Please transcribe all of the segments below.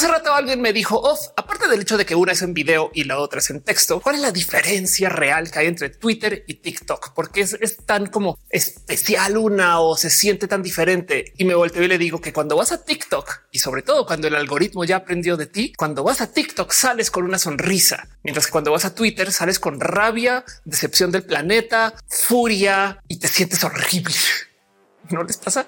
Hace rato alguien me dijo, aparte del hecho de que una es en video y la otra es en texto, ¿cuál es la diferencia real que hay entre Twitter y TikTok? Porque es tan como especial una o se siente tan diferente. Y me volteo y le digo que cuando vas a TikTok y sobre todo cuando el algoritmo ya aprendió de ti, cuando vas a TikTok sales con una sonrisa, mientras que cuando vas a Twitter sales con rabia, decepción del planeta, furia y te sientes horrible. ¿No les pasa?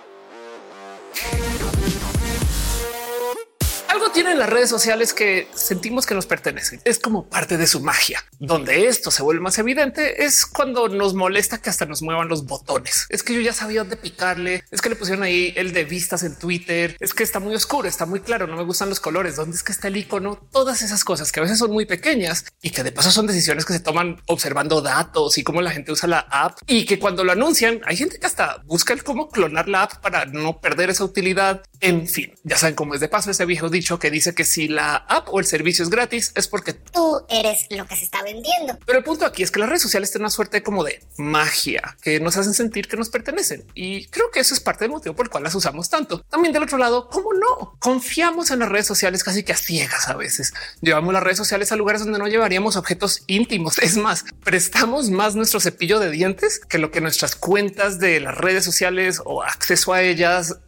Algo tienen las redes sociales que sentimos que nos pertenecen. Es como parte de su magia. Donde esto se vuelve más evidente es cuando nos molesta que hasta nos muevan los botones. Es que yo ya sabía dónde picarle. Es que le pusieron ahí el de vistas en Twitter. Es que está muy oscuro, está muy claro. No me gustan los colores. ¿Dónde es que está el icono? Todas esas cosas que a veces son muy pequeñas y que de paso son decisiones que se toman observando datos y cómo la gente usa la app, y que cuando lo anuncian hay gente que hasta busca el cómo clonar la app para no perder esa utilidad. En fin, ya saben cómo es de paso ese viejo dicho que dice que si la app o el servicio es gratis es porque tú eres lo que se está vendiendo. Pero el punto aquí es que las redes sociales tienen una suerte como de magia que nos hacen sentir que nos pertenecen, y creo que eso es parte del motivo por el cual las usamos tanto. También del otro lado, ¿cómo no? Confiamos en las redes sociales casi que a ciegas. A veces llevamos las redes sociales a lugares donde no llevaríamos objetos íntimos. Es más, prestamos más nuestro cepillo de dientes que lo que nuestras cuentas de las redes sociales o acceso a ellas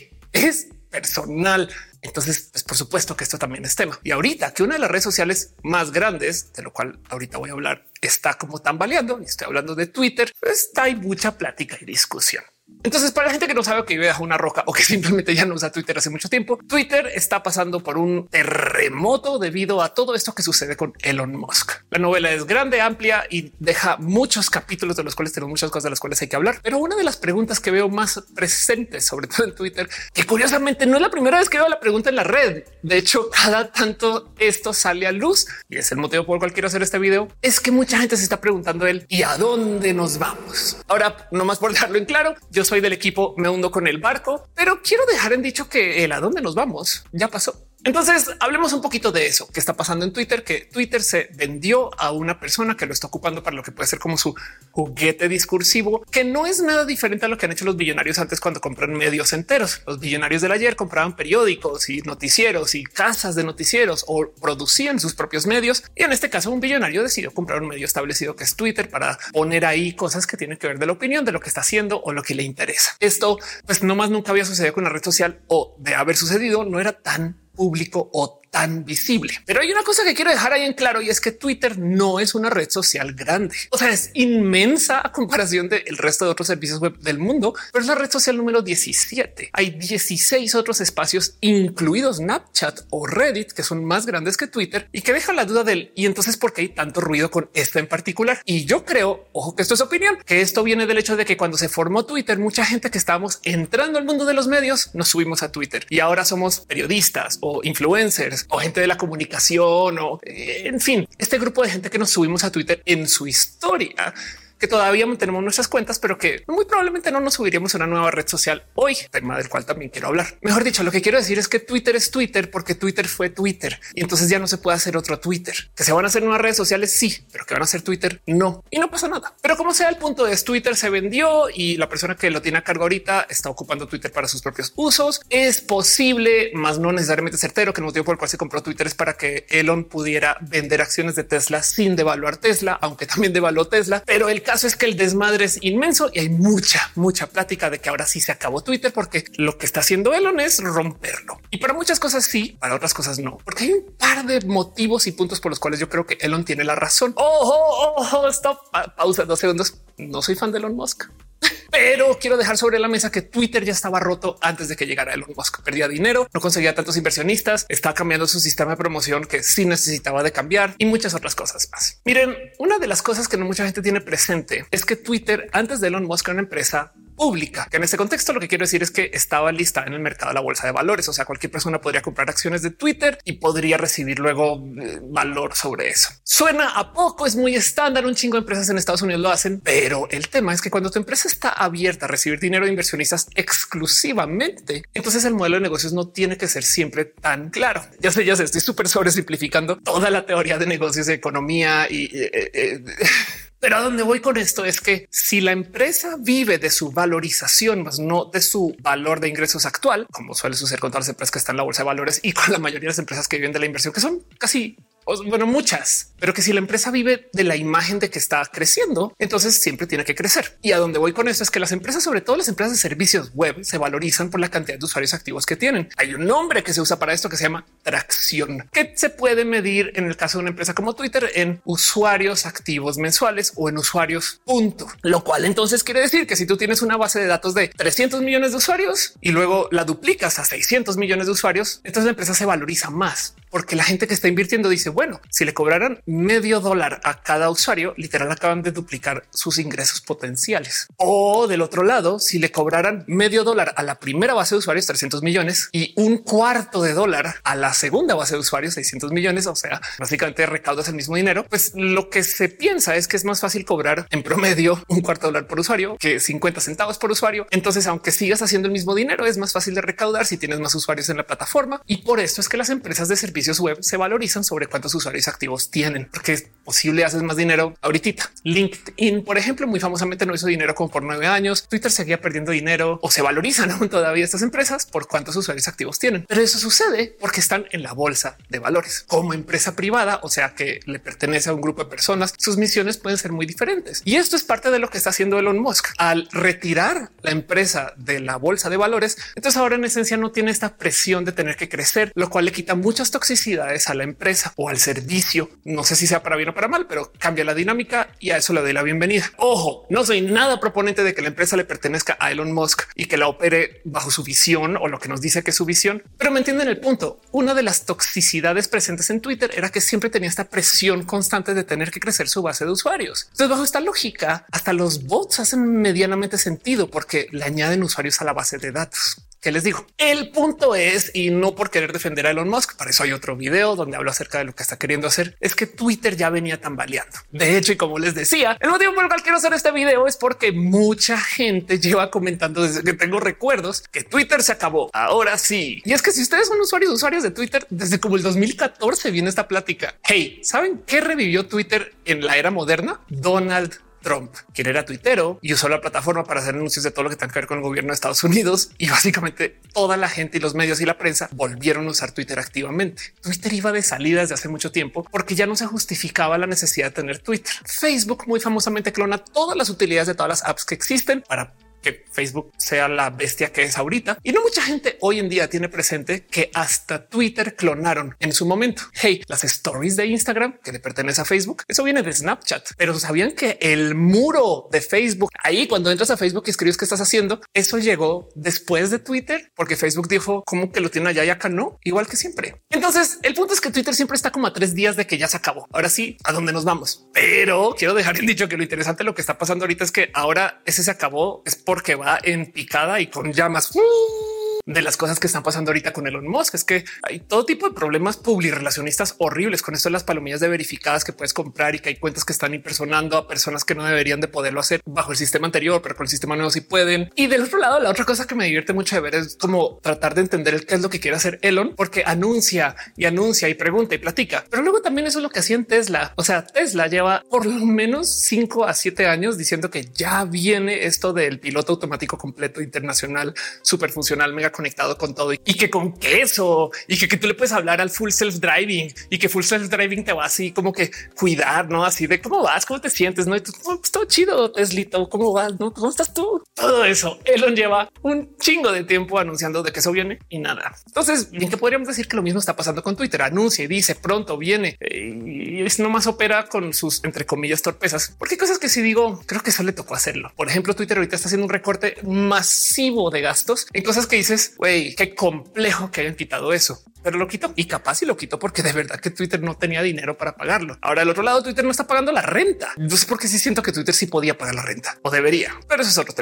es personal. Entonces, pues por supuesto que esto también es tema. Y ahorita que una de las redes sociales más grandes, de lo cual ahorita voy a hablar, está como tambaleando, y estoy hablando de Twitter, pues hay mucha plática y discusión. Entonces, para la gente que no sabe que vive bajo una roca o que simplemente ya no usa Twitter hace mucho tiempo, Twitter está pasando por un terremoto debido a todo esto que sucede con Elon Musk. La novela es grande, amplia y deja muchos capítulos de los cuales tenemos muchas cosas de las cuales hay que hablar. Pero una de las preguntas que veo más presentes, sobre todo en Twitter, que curiosamente no es la primera vez que veo la pregunta en la red. De hecho, cada tanto esto sale a luz y es el motivo por el cual quiero hacer este video. Es que mucha gente se está preguntando ¿y a dónde nos vamos? Ahora, nomás por dejarlo en claro, yo soy del equipo me hundo con el barco, pero quiero dejar en dicho que el a dónde nos vamos ya pasó. Entonces hablemos un poquito de eso que está pasando en Twitter, que Twitter se vendió a una persona que lo está ocupando para lo que puede ser como su juguete discursivo, que no es nada diferente a lo que han hecho los billonarios antes cuando compran medios enteros. Los billonarios del ayer compraban periódicos y noticieros y casas de noticieros o producían sus propios medios. Y en este caso un billonario decidió comprar un medio establecido que es Twitter para poner ahí cosas que tienen que ver de la opinión, de lo que está haciendo o lo que le interesa. Esto pues nomás nunca había sucedido con una red social, o de haber sucedido no era tan público o tan visible. Pero hay una cosa que quiero dejar ahí en claro, y es que Twitter no es una red social grande. O sea, es inmensa a comparación del resto de otros servicios web del mundo, pero es la red social número 17. Hay 16 otros espacios, incluidos Snapchat o Reddit, que son más grandes que Twitter y que dejan la duda del y entonces por qué hay tanto ruido con esta en particular. Y yo creo, ojo, que esto es opinión, que esto viene del hecho de que cuando se formó Twitter, mucha gente que estábamos entrando al mundo de los medios nos subimos a Twitter y ahora somos periodistas o influencers o gente de la comunicación o en fin, este grupo de gente que nos subimos a Twitter en su historia, que todavía mantenemos nuestras cuentas, pero que muy probablemente no nos subiríamos a una nueva red social hoy, tema del cual también quiero hablar. Mejor dicho, lo que quiero decir es que Twitter es Twitter porque Twitter fue Twitter y entonces ya no se puede hacer otro Twitter. Que se van a hacer nuevas redes sociales, sí, pero que van a hacer Twitter, no. Y no pasa nada. Pero como sea, el punto es Twitter se vendió y la persona que lo tiene a cargo ahorita está ocupando Twitter para sus propios usos. Es posible, más no necesariamente certero, que el motivo por el cual se compró Twitter es para que Elon pudiera vender acciones de Tesla sin devaluar Tesla, aunque también devaluó Tesla. Pero el caso es que el desmadre es inmenso y hay mucha plática de que ahora sí se acabó Twitter porque lo que está haciendo Elon es romperlo. Y para muchas cosas sí, para otras cosas no, porque hay un par de motivos y puntos por los cuales yo creo que Elon tiene la razón. Stop. Pausa 2 segundos. No soy fan de Elon Musk, pero quiero dejar sobre la mesa que Twitter ya estaba roto antes de que llegara Elon Musk. Perdía dinero, no conseguía tantos inversionistas, estaba cambiando su sistema de promoción que sí necesitaba de cambiar y muchas otras cosas más. Miren, una de las cosas que no mucha gente tiene presente es que Twitter antes de Elon Musk era una empresa pública, que en este contexto lo que quiero decir es que estaba lista en el mercado de la bolsa de valores. O sea, cualquier persona podría comprar acciones de Twitter y podría recibir luego valor sobre eso. Suena a poco, es muy estándar. Un chingo de empresas en Estados Unidos lo hacen, pero el tema es que cuando tu empresa está abierta a recibir dinero de inversionistas exclusivamente, entonces el modelo de negocios no tiene que ser siempre tan claro. Ya sé, estoy súper sobresimplificando toda la teoría de negocios, de economía y Pero a dónde voy con esto es que si la empresa vive de su valorización, más no de su valor de ingresos actual, como suele suceder con todas las empresas que están en la bolsa de valores y con la mayoría de las empresas que viven de la inversión, que son casi, bueno, muchas, pero que si la empresa vive de la imagen de que está creciendo, entonces siempre tiene que crecer. Y a dónde voy con esto es que las empresas, sobre todo las empresas de servicios web, se valorizan por la cantidad de usuarios activos que tienen. Hay un nombre que se usa para esto que se llama tracción, que se puede medir en el caso de una empresa como Twitter en usuarios activos mensuales o en usuarios punto, lo cual entonces quiere decir que si tú tienes una base de datos de 300 millones de usuarios y luego la duplicas a 600 millones de usuarios, entonces la empresa se valoriza más porque la gente que está invirtiendo dice, bueno, si le cobraran $0.50 a cada usuario, literal acaban de duplicar sus ingresos potenciales. O del otro lado, si le cobraran $0.50 a la primera base de usuarios, 300 millones, y $0.25 a la segunda base de usuarios, 600 millones, o sea, básicamente recaudas el mismo dinero, pues lo que se piensa es que es más fácil cobrar en promedio $0.25 por usuario que 50 centavos por usuario. Entonces, aunque sigas haciendo el mismo dinero, es más fácil de recaudar si tienes más usuarios en la plataforma. Y por esto es que las empresas de servicios web se valorizan sobre cuántos usuarios activos tienen, porque es posible haces más dinero ahorita. LinkedIn, por ejemplo, muy famosamente no hizo dinero como por 9 años. Twitter seguía perdiendo dinero o se valorizan aún todavía estas empresas por cuántos usuarios activos tienen. Pero eso sucede porque están en la bolsa de valores como empresa privada, o sea que le pertenece a un grupo de personas. Sus misiones pueden ser muy diferentes y esto es parte de lo que está haciendo Elon Musk al retirar la empresa de la bolsa de valores. Entonces ahora en esencia no tiene esta presión de tener que crecer, lo cual le quita muchas toxicidades a la empresa o al servicio. No sé si sea para bien o para mal, pero cambia la dinámica y a eso le doy la bienvenida. Ojo, no soy nada proponente de que la empresa le pertenezca a Elon Musk y que la opere bajo su visión o lo que nos dice que es su visión, pero me entienden el punto. Una de las toxicidades presentes en Twitter era que siempre tenía esta presión constante de tener que crecer su base de usuarios. Entonces, bajo esta lógica, hasta los bots hacen medianamente sentido porque le añaden usuarios a la base de datos. ¿Qué les digo? El punto es, y no por querer defender a Elon Musk, para eso hay otro video donde hablo acerca de lo que está queriendo hacer, es que Twitter ya venía tambaleando. De hecho, y como les decía, el motivo por el cual quiero hacer este video es porque mucha gente lleva comentando desde que tengo recuerdos que Twitter se acabó. Ahora sí. Y es que si ustedes son usuarios de Twitter, desde como el 2014 viene esta plática. Hey, ¿saben qué revivió Twitter en la era moderna? Donald Trump, quien era tuitero y usó la plataforma para hacer anuncios de todo lo que tenga que ver con el gobierno de Estados Unidos. Y básicamente toda la gente y los medios y la prensa volvieron a usar Twitter activamente. Twitter iba de salida desde hace mucho tiempo porque ya no se justificaba la necesidad de tener Twitter. Facebook muy famosamente clona todas las utilidades de todas las apps que existen para que Facebook sea la bestia que es ahorita. Y no mucha gente hoy en día tiene presente que hasta Twitter clonaron en su momento. Hey, las stories de Instagram que le pertenece a Facebook, eso viene de Snapchat, pero sabían que el muro de Facebook ahí cuando entras a Facebook y escribes qué estás haciendo, eso llegó después de Twitter porque Facebook dijo como que lo tiene allá y acá no, igual que siempre. Entonces el punto es que Twitter siempre está como a 3 días de que ya se acabó. Ahora sí, ¿a dónde nos vamos? Pero quiero dejar en dicho que lo interesante de lo que está pasando ahorita es que ahora ese se acabó es porque va en picada y con llamas. De las cosas que están pasando ahorita con Elon Musk es que hay todo tipo de problemas publirelacionistas horribles con esto de las palomillas de verificadas que puedes comprar y que hay cuentas que están impersonando a personas que no deberían de poderlo hacer bajo el sistema anterior, pero con el sistema nuevo sí pueden. Y del otro lado, la otra cosa que me divierte mucho de ver es como tratar de entender qué es lo que quiere hacer Elon, porque anuncia y pregunta y platica. Pero luego también eso es lo que hacía en Tesla. O sea, Tesla lleva por lo menos 5 a 7 años diciendo que ya viene esto del piloto automático completo internacional, súper funcional, mega conectado con todo y que con queso y que tú le puedes hablar al full self driving y que full self driving te va así como que cuidar, no así de cómo vas, cómo te sientes, no? Y tú, pues todo chido, Teslito, cómo vas, no? ¿Cómo estás tú? Todo eso Elon lleva un chingo de tiempo anunciando de que eso viene y nada. Entonces, bien que podríamos decir que lo mismo está pasando con Twitter. Anuncia y dice pronto viene y es nomás opera con sus entre comillas torpezas, porque hay cosas que si digo, creo que eso le tocó hacerlo. Por ejemplo, Twitter ahorita está haciendo un recorte masivo de gastos en cosas que dices, güey, qué complejo que hayan quitado eso, pero lo quitó y capaz y lo quitó porque de verdad que Twitter no tenía dinero para pagarlo. Ahora, al otro lado, Twitter no está pagando la renta. No sé por qué sí siento que Twitter sí podía pagar la renta o debería, pero eso es otro tema.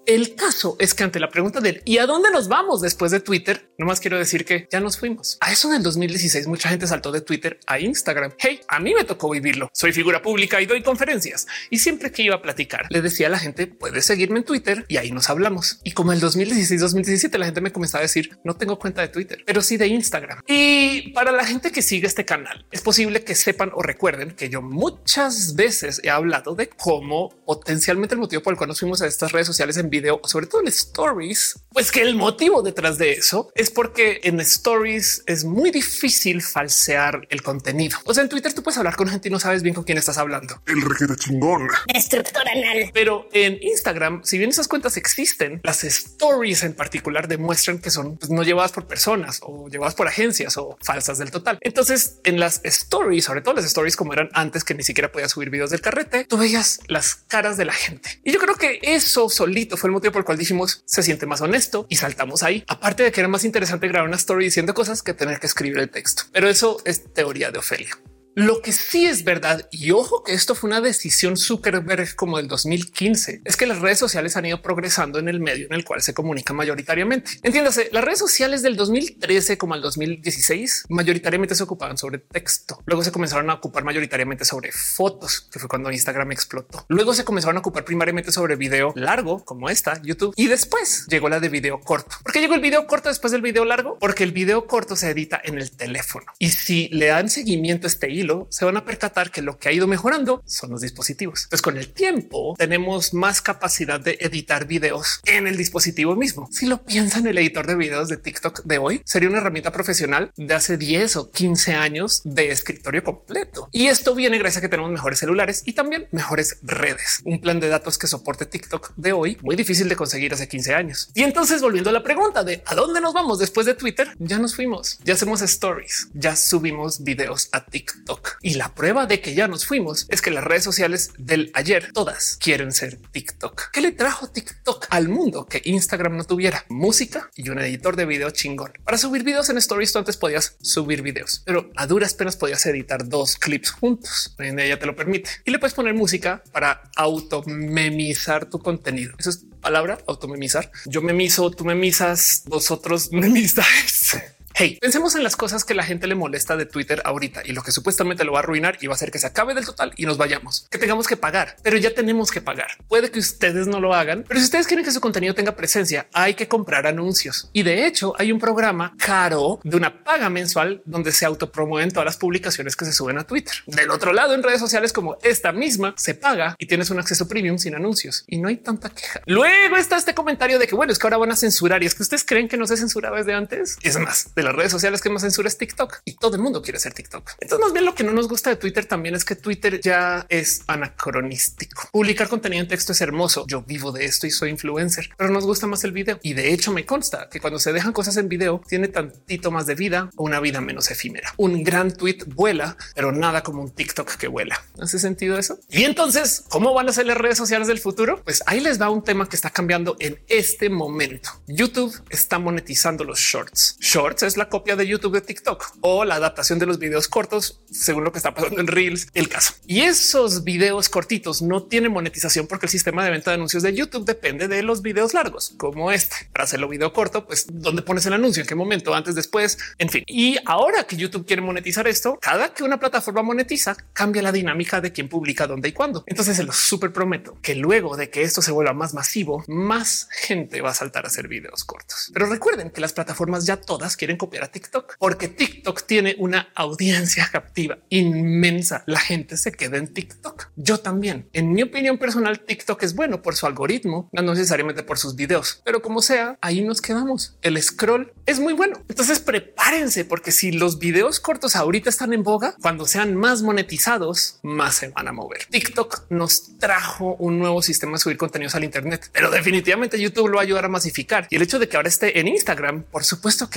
El caso es que ante la pregunta del ¿y a dónde nos vamos después de Twitter? Nomás quiero decir que ya nos fuimos. A eso del 2016 mucha gente saltó de Twitter a Instagram. Hey, a mí me tocó vivirlo. Soy figura pública y doy conferencias. Y siempre que iba a platicar, le decía a la gente, puedes seguirme en Twitter y ahí nos hablamos. Y como el 2016-2017 la gente me comenzaba a decir, no tengo cuenta de Twitter, pero sí de Instagram. Y para la gente que sigue este canal, es posible que sepan o recuerden que yo muchas veces he hablado de cómo potencialmente el motivo por el cual nos fuimos a estas redes sociales en video, sobre todo en stories, pues que el motivo detrás de eso es porque en stories es muy difícil falsear el contenido. O sea, en Twitter tú puedes hablar con gente y no sabes bien con quién estás hablando. El requete chingón. Destructor anal. Pero en Instagram, si bien esas cuentas existen, las stories en particular demuestran que son pues, no llevadas por personas o llevadas por agencias o falsas del total. Entonces, en las stories, sobre todo las stories como eran antes, que ni siquiera podías subir videos del carrete, tú veías las caras de la gente. Y yo creo que eso solito fue el motivo por el cual dijimos se siente más honesto y saltamos ahí. Aparte de que era más interesante grabar una story diciendo cosas que tener que escribir el texto. Pero eso es teoría de Ofelia. Lo que sí es verdad, y ojo que esto fue una decisión Zuckerberg como del 2015, es que las redes sociales han ido progresando en el medio en el cual se comunica mayoritariamente. Entiéndase, las redes sociales del 2013 como al 2016 mayoritariamente se ocupaban sobre texto. Luego se comenzaron a ocupar mayoritariamente sobre fotos, que fue cuando Instagram explotó. Luego se comenzaron a ocupar primariamente sobre video largo como esta, YouTube. Y después llegó la de video corto. ¿Por qué llegó el video corto después del video largo? Porque el video corto se edita en el teléfono. Y si le dan seguimiento a este hilo, se van a percatar que lo que ha ido mejorando son los dispositivos. Pues con el tiempo tenemos más capacidad de editar videos en el dispositivo mismo. Si lo piensan, el editor de videos de TikTok de hoy sería una herramienta profesional de hace 10 o 15 años de escritorio completo. Y esto viene gracias a que tenemos mejores celulares y también mejores redes. Un plan de datos que soporte TikTok de hoy, muy difícil de conseguir hace 15 años. Y entonces, volviendo a la pregunta de a dónde nos vamos después de Twitter, ya nos fuimos, ya hacemos stories, ya subimos videos a TikTok. Y la prueba de que ya nos fuimos es que las redes sociales del ayer todas quieren ser TikTok. ¿Qué le trajo TikTok al mundo que Instagram no tuviera? Música y un editor de video chingón. Para subir videos en stories tú antes podías subir videos, pero a duras penas podías editar 2 clips juntos. Hoy en día ya te lo permite y le puedes poner música para automemizar tu contenido. Eso es palabra, automemizar. Yo memizo, tú memizas, vosotros memizáis. Hey, pensemos en las cosas que la gente le molesta de Twitter ahorita y lo que supuestamente lo va a arruinar y va a hacer que se acabe del total y nos vayamos, que tengamos que pagar, pero ya tenemos que pagar. Puede que ustedes no lo hagan, pero si ustedes quieren que su contenido tenga presencia, hay que comprar anuncios. Y de hecho hay un programa caro de una paga mensual donde se autopromueven todas las publicaciones que se suben a Twitter. Del otro lado, en redes sociales como esta misma, se paga y tienes un acceso premium sin anuncios y no hay tanta queja. Luego está este comentario de que bueno, es que ahora van a censurar y es que ustedes creen que no se censuraba desde antes. Es más, de las redes sociales que más censura es TikTok y todo el mundo quiere ser TikTok. Entonces, más bien lo que no nos gusta de Twitter también es que Twitter ya es anacronístico. Publicar contenido en texto es hermoso. Yo vivo de esto y soy influencer, pero nos gusta más el video. Y de hecho me consta que cuando se dejan cosas en video tiene tantito más de vida o una vida menos efímera. Un gran tweet vuela, pero nada como un TikTok que vuela. ¿Hace sentido eso? Y entonces, ¿cómo van a ser las redes sociales del futuro? Pues ahí les va un tema que está cambiando en este momento. YouTube está monetizando los shorts. Shorts es la copia de YouTube de TikTok o la adaptación de los videos cortos, según lo que está pasando en Reels, el caso. Y esos videos cortitos no tienen monetización porque el sistema de venta de anuncios de YouTube depende de los videos largos, como este. Para hacerlo video corto, pues ¿dónde pones el anuncio? ¿En qué momento? Antes, después, en fin. Y ahora que YouTube quiere monetizar esto, cada que una plataforma monetiza, cambia la dinámica de quién publica, dónde y cuándo. Entonces se los súper prometo que luego de que esto se vuelva más masivo, más gente va a saltar a hacer videos cortos. Pero recuerden que las plataformas ya todas quieren copiar a TikTok porque TikTok tiene una audiencia captiva inmensa. La gente se queda en TikTok. Yo también. En mi opinión personal, TikTok es bueno por su algoritmo, no necesariamente por sus videos, pero como sea, ahí nos quedamos. El scroll es muy bueno. Entonces prepárense porque si los videos cortos ahorita están en boga, cuando sean más monetizados, más se van a mover. TikTok nos trajo un nuevo sistema de subir contenidos al Internet, pero definitivamente YouTube lo va a ayudar a masificar. Y el hecho de que ahora esté en Instagram, por supuesto que es parte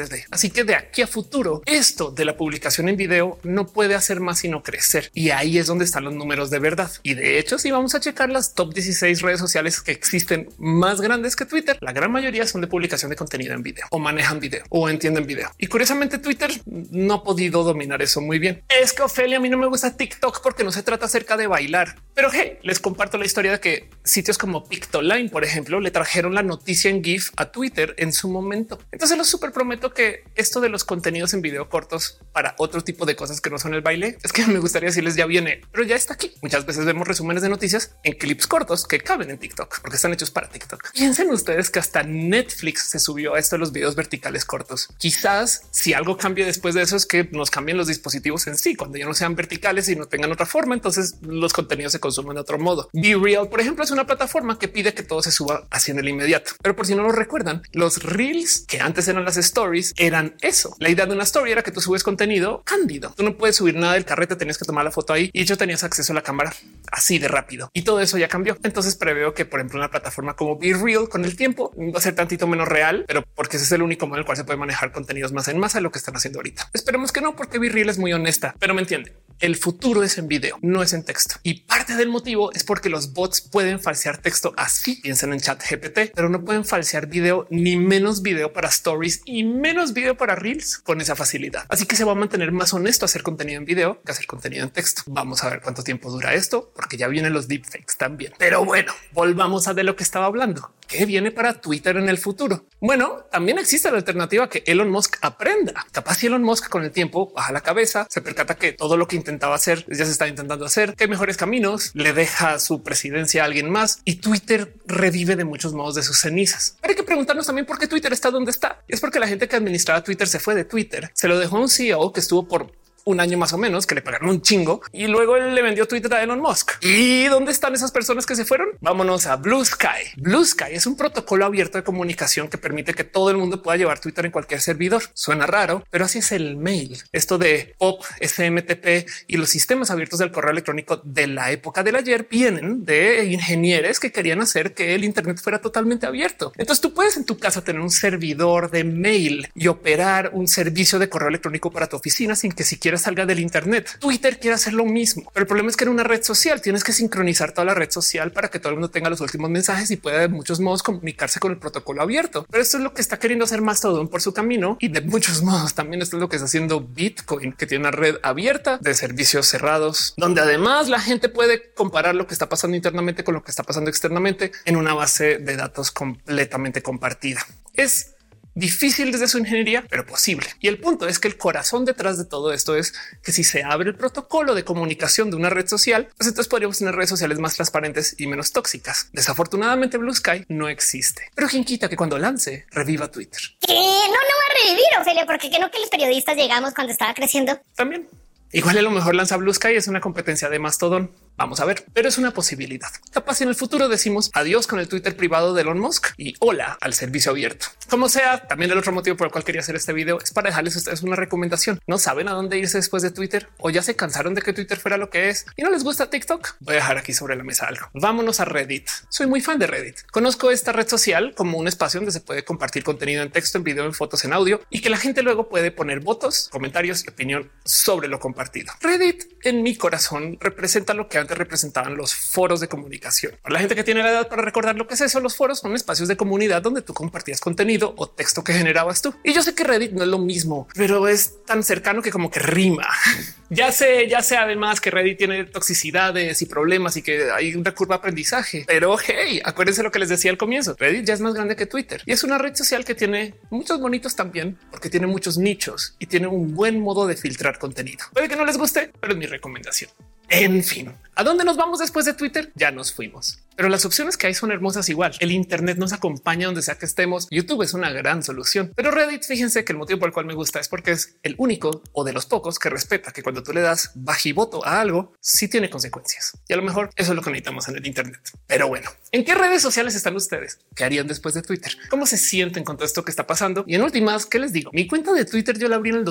pierde. Así que de aquí a futuro, esto de la publicación en video no puede hacer más sino crecer. Y ahí es donde están los números de verdad. Y de hecho, si vamos a checar las top 16 redes sociales que existen más grandes que Twitter, la gran mayoría son de publicación de contenido en video o manejan video o entienden video. Y curiosamente Twitter no ha podido dominar eso muy bien. Es que Ofelia, a mí no me gusta TikTok porque no se trata acerca de bailar. Pero hey, les comparto la historia de que sitios como Pictoline, por ejemplo, le trajeron la noticia en GIF a Twitter en su momento. Entonces los súper prometo que esto de los contenidos en video cortos para otro tipo de cosas que no son el baile, es que me gustaría decirles ya viene, pero ya está aquí. Muchas veces vemos resúmenes de noticias en clips cortos que caben en TikTok porque están hechos para TikTok. Piensen ustedes que hasta Netflix se subió a esto de los videos verticales cortos. Quizás si algo cambie después de eso es que nos cambien los dispositivos en sí, cuando ya no sean verticales y no tengan otra forma, entonces los contenidos se consumen de otro modo. Be Real, por ejemplo, es una plataforma que pide que todo se suba así en el inmediato. Pero por si no lo recuerdan, los reels que antes eran las stories eran eso. La idea de una story era que tú subes contenido cándido. Tú no puedes subir nada del carrete, tenías que tomar la foto ahí y yo tenías acceso a la cámara así de rápido y todo eso ya cambió. Entonces preveo que, por ejemplo, una plataforma como Be Real con el tiempo va a ser tantito menos real, pero porque ese es el único modo en el cual se puede manejar contenidos más en masa de lo que están haciendo ahorita. Esperemos que no, porque Be Real es muy honesta, pero me entiende. El futuro es en video, no es en texto. Y parte del motivo es porque los bots pueden falsear texto así. Piensan en ChatGPT, pero no pueden falsear video, ni menos video para stories y menos video para reels con esa facilidad. Así que se va a mantener más honesto hacer contenido en video que hacer contenido en texto. Vamos a ver cuánto tiempo dura esto, porque ya vienen los deepfakes también. Pero bueno, volvamos a de lo que estaba hablando. ¿Qué viene para Twitter en el futuro? Bueno, también existe la alternativa que Elon Musk aprenda. Capaz si Elon Musk con el tiempo baja la cabeza, se percata que todo lo que intentaba hacer ya se está intentando hacer, que hay mejores caminos, le deja su presidencia a alguien más y Twitter revive de muchos modos de sus cenizas. Pero hay que preguntarnos también por qué Twitter está donde está. Y es porque la gente que administraba Twitter se fue de Twitter, se lo dejó a un CEO que estuvo por un año más o menos, que le pagaron un chingo y luego él le vendió Twitter a Elon Musk. ¿Y dónde están esas personas que se fueron? Vámonos a Blue Sky. Blue Sky es un protocolo abierto de comunicación que permite que todo el mundo pueda llevar Twitter en cualquier servidor. Suena raro, pero así es el mail. Esto de POP, SMTP y los sistemas abiertos del correo electrónico de la época del ayer vienen de ingenieros que querían hacer que el Internet fuera totalmente abierto. Entonces tú puedes en tu casa tener un servidor de mail y operar un servicio de correo electrónico para tu oficina sin que siquiera salga del Internet. Twitter quiere hacer lo mismo, pero el problema es que en una red social tienes que sincronizar toda la red social para que todo el mundo tenga los últimos mensajes y pueda de muchos modos comunicarse con el protocolo abierto. Pero esto es lo que está queriendo hacer Mastodon por su camino y de muchos modos también esto es lo que está haciendo Bitcoin, que tiene una red abierta de servicios cerrados, donde además la gente puede comparar lo que está pasando internamente con lo que está pasando externamente en una base de datos completamente compartida. Es difícil desde su ingeniería, pero posible. Y el punto es que el corazón detrás de todo esto es que si se abre el protocolo de comunicación de una red social, pues entonces podríamos tener redes sociales más transparentes y menos tóxicas. Desafortunadamente Blue Sky no existe, pero quien quita que cuando lance reviva Twitter. ¿Qué? No va a revivir, Ofelia, porque que no que los periodistas llegamos cuando estaba creciendo. También. Igual a lo mejor lanza Blue Sky, es una competencia de Mastodon. Vamos a ver, pero es una posibilidad. Capaz en el futuro decimos adiós con el Twitter privado de Elon Musk y hola al servicio abierto. Como sea, también el otro motivo por el cual quería hacer este video es para dejarles a ustedes una recomendación. ¿No saben a dónde irse después de Twitter o ya se cansaron de que Twitter fuera lo que es y no les gusta TikTok? Voy a dejar aquí sobre la mesa algo. Vámonos a Reddit. Soy muy fan de Reddit. Conozco esta red social como un espacio donde se puede compartir contenido en texto, en video, en fotos, en audio y que la gente luego puede poner votos, comentarios y opinión sobre lo compartido. Reddit en mi corazón representa lo que antes representaban los foros de comunicación. Para la gente que tiene la edad para recordar lo que es eso, los foros son espacios de comunidad donde tú compartías contenido o texto que generabas tú. Y yo sé que Reddit no es lo mismo, pero es tan cercano que como que rima. Ya sé además que Reddit tiene toxicidades y problemas y que hay una curva de aprendizaje, pero hey, acuérdense lo que les decía al comienzo. Reddit ya es más grande que Twitter y es una red social que tiene muchos bonitos también porque tiene muchos nichos y tiene un buen modo de filtrar contenido. Puede que no les guste, pero es mi recomendación. En fin, ¿a dónde nos vamos después de Twitter? Ya nos fuimos, pero las opciones que hay son hermosas igual. El Internet nos acompaña donde sea que estemos. YouTube es una gran solución, pero Reddit, fíjense que el motivo por el cual me gusta es porque es el único o de los pocos que respeta que cuando tú le das bajivoto a algo, sí tiene consecuencias. Y a lo mejor eso es lo que necesitamos en el Internet. Pero bueno, ¿en qué redes sociales están ustedes? ¿Qué harían después de Twitter? ¿Cómo se sienten con todo esto que está pasando? Y en últimas, ¿qué les digo? Mi cuenta de Twitter yo la abrí en el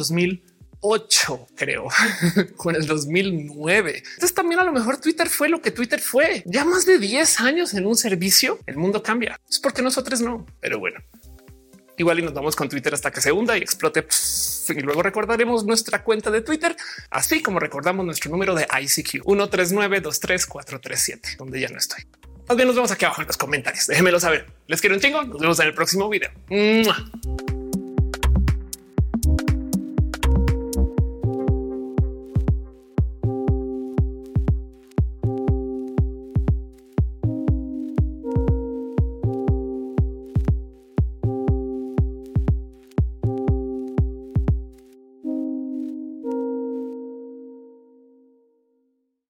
2008, creo, con el 2009. Entonces también a lo mejor Twitter fue lo que Twitter fue. Ya más de 10 años en un servicio, el mundo cambia. Es porque nosotros no, pero bueno. Igual y nos vamos con Twitter hasta que se hunda y explote. Y luego recordaremos nuestra cuenta de Twitter, así como recordamos nuestro número de ICQ 139234437, donde ya no estoy. Más bien nos vemos aquí abajo en los comentarios. Déjenmelo saber. Les quiero un chingo. Nos vemos en el próximo video. ¡Mua!